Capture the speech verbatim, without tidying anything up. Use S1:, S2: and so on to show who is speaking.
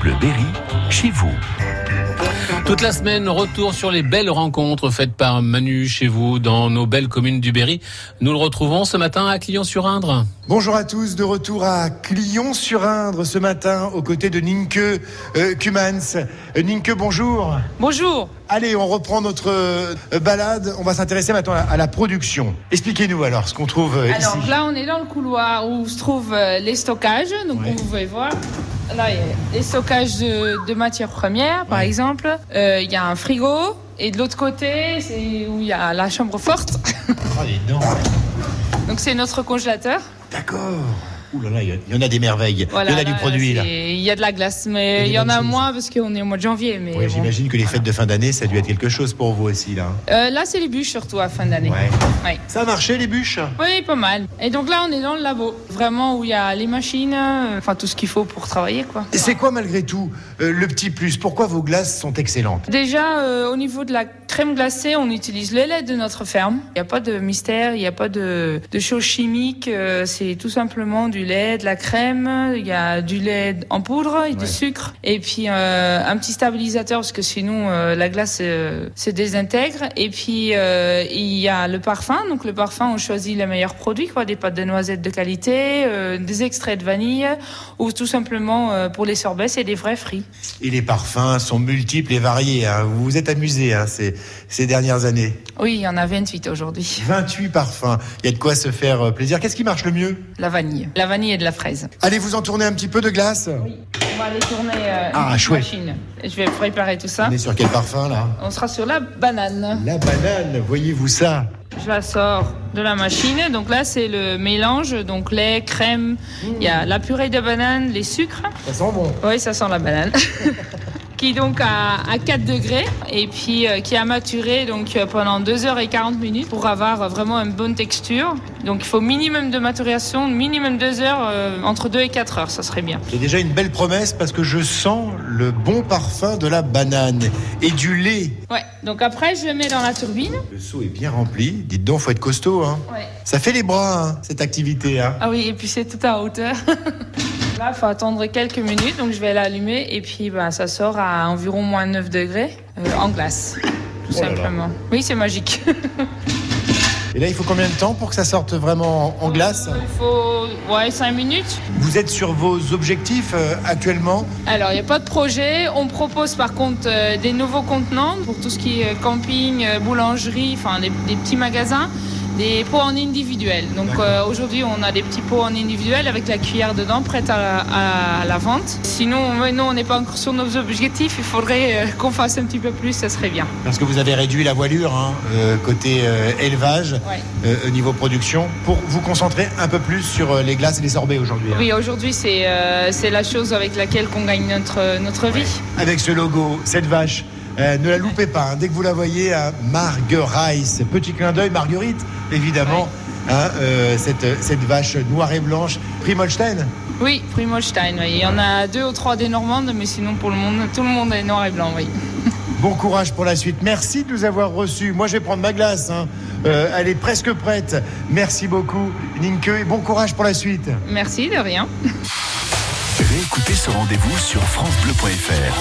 S1: Bleu Berry, chez vous.
S2: Toute la semaine, retour sur les belles rencontres faites par Manu chez vous dans nos belles communes du Berry. Nous le retrouvons ce matin à Clion-sur-Indre.
S3: Bonjour à tous, de retour à Clion-sur-Indre ce matin aux côtés de Nienke euh, Kumans. Euh, Nienke, bonjour.
S4: Bonjour.
S3: Allez, on reprend notre euh, balade. On va s'intéresser maintenant à, à la production. Expliquez-nous alors ce qu'on trouve euh,
S4: Alors
S3: ici.
S4: là, on est dans le couloir où se trouvent euh, les stockages. Donc,
S3: Ouais.
S4: comme vous pouvez voir, là, il y a les stockages de, de matières premières, par
S3: Ouais.
S4: exemple. Euh, Il y a un frigo. Et de l'autre côté, c'est où il y a la chambre forte.
S3: Oh, dis donc.
S4: Donc, c'est notre congélateur.
S3: D'accord. Ouh là là, il y en a des merveilles.
S4: Voilà,
S3: il y en a
S4: là,
S3: du produit là.
S4: c'est- Il y a de la glace,
S3: Il y a
S4: mais
S3: des
S4: il y en
S3: bonnes
S4: a
S3: choses.
S4: moins parce qu'on est au mois de janvier. Mais
S3: Ouais,
S4: bon.
S3: j'imagine que les fêtes de fin d'année, ça a dû être quelque chose pour vous aussi là.
S4: Euh, là, c'est les bûches surtout à fin d'année.
S3: Ouais.
S4: Ouais.
S3: Ça a marché les bûches?
S4: Oui, pas mal. Et donc là, on est dans le labo. Vraiment où il y a les machines, euh, enfin tout ce qu'il faut pour travailler, quoi.
S3: Et c'est quoi malgré tout euh, le petit plus? Pourquoi vos glaces sont excellentes?
S4: Déjà, euh, au niveau de la crème glacée, on utilise le lait de notre ferme. Il n'y a pas de mystère, il n'y a pas de, de choses chimiques. euh, c'est tout simplement du lait, de la crème. Il y a du lait en poudre et
S3: Ouais.
S4: du sucre. Et puis euh, un petit stabilisateur parce que sinon euh, la glace euh, se désintègre. Et puis euh, il y a le parfum. Donc le parfum, on choisit les meilleurs produits, quoi, des pâtes de noisettes de qualité, euh, des extraits de vanille, ou tout simplement euh, pour les sorbets, c'est des vrais fruits.
S3: Et les parfums sont multiples et variés. Hein. Vous vous êtes amusés hein, ces, ces dernières années.
S4: Oui, il y en a vingt-huit aujourd'hui.
S3: vingt-huit parfums. Il y a de quoi se faire euh, plaisir. Qu'est-ce qui marche le mieux?
S4: La vanille. La vanille et de la fraise.
S3: Allez, vous en tournez un petit peu de glace.
S4: Oui. On va aller tourner euh,
S3: Ah,
S4: une petite
S3: chouette.
S4: machine. Je vais préparer tout ça.
S3: On est sur quel parfum là?
S4: On sera sur la banane.
S3: La banane, voyez-vous ça?
S4: Je la sors de la machine. Donc là, c'est le mélange. Donc lait, crème. Il y a la purée de banane, les sucres.
S3: Ça sent bon.
S4: Oui, ça sent la banane. Qui est donc à, à quatre degrés et puis euh, qui a maturé donc euh, pendant deux heures quarante minutes pour avoir euh, vraiment une bonne texture. Donc il faut minimum de maturation, minimum deux heures, euh, entre deux et quatre heures, ça serait bien.
S3: C'est déjà une belle promesse parce que je sens le bon parfum de la banane et du lait.
S4: Ouais, donc après je le mets dans la turbine.
S3: Le seau est bien rempli. Dites donc, faut être costaud. Hein.
S4: Ouais.
S3: Ça fait les bras, hein, cette activité. Hein.
S4: Ah oui, et puis c'est tout à hauteur. Là, il faut attendre quelques minutes, donc je vais l'allumer et puis bah, ça sort à environ moins neuf degrés euh, en glace, tout
S3: Oh là là.
S4: simplement. Oui, c'est magique.
S3: Et là, il faut combien de temps pour que ça sorte vraiment en glace?
S4: Il faut ouais, cinq minutes.
S3: Vous êtes sur vos objectifs euh, actuellement?
S4: Alors, il n'y a pas de projet. On propose par contre euh, des nouveaux contenants pour tout ce qui est camping, euh, boulangerie, enfin des, des petits magasins, des pots en individuel. Donc euh, aujourd'hui, on a des petits pots en individuel avec la cuillère dedans, prête à la, à la vente. Sinon, ouais, nous, on n'est pas encore sur nos objectifs. Il faudrait euh, qu'on fasse un petit peu plus, ça serait bien.
S3: Parce que vous avez réduit la voilure hein, euh, côté euh, élevage,
S4: Ouais.
S3: euh, au niveau production, pour vous concentrer un peu plus sur euh, les glaces et les sorbets aujourd'hui. hein.
S4: Oui, aujourd'hui, c'est euh, c'est la chose avec laquelle qu'on gagne notre, notre vie.
S3: Avec ce logo, cette vache, euh, ne la loupez pas. hein. Dès que vous la voyez à Marguerice, petit clin d'œil, Marguerite, évidemment, hein, euh, cette, cette vache noire et blanche, Primolstein.
S4: Oui, Primolstein, oui. Il y en a deux ou trois des Normandes, mais sinon, pour le monde, tout le monde est noir et blanc, oui.
S3: Bon courage pour la suite. Merci de nous avoir reçus. Moi, je vais prendre ma glace. Hein. Euh, elle est presque prête. Merci beaucoup, Nienke, et bon courage pour la suite.
S4: Merci, de rien.
S1: Réécoutez ce rendez-vous sur francebleu point fr.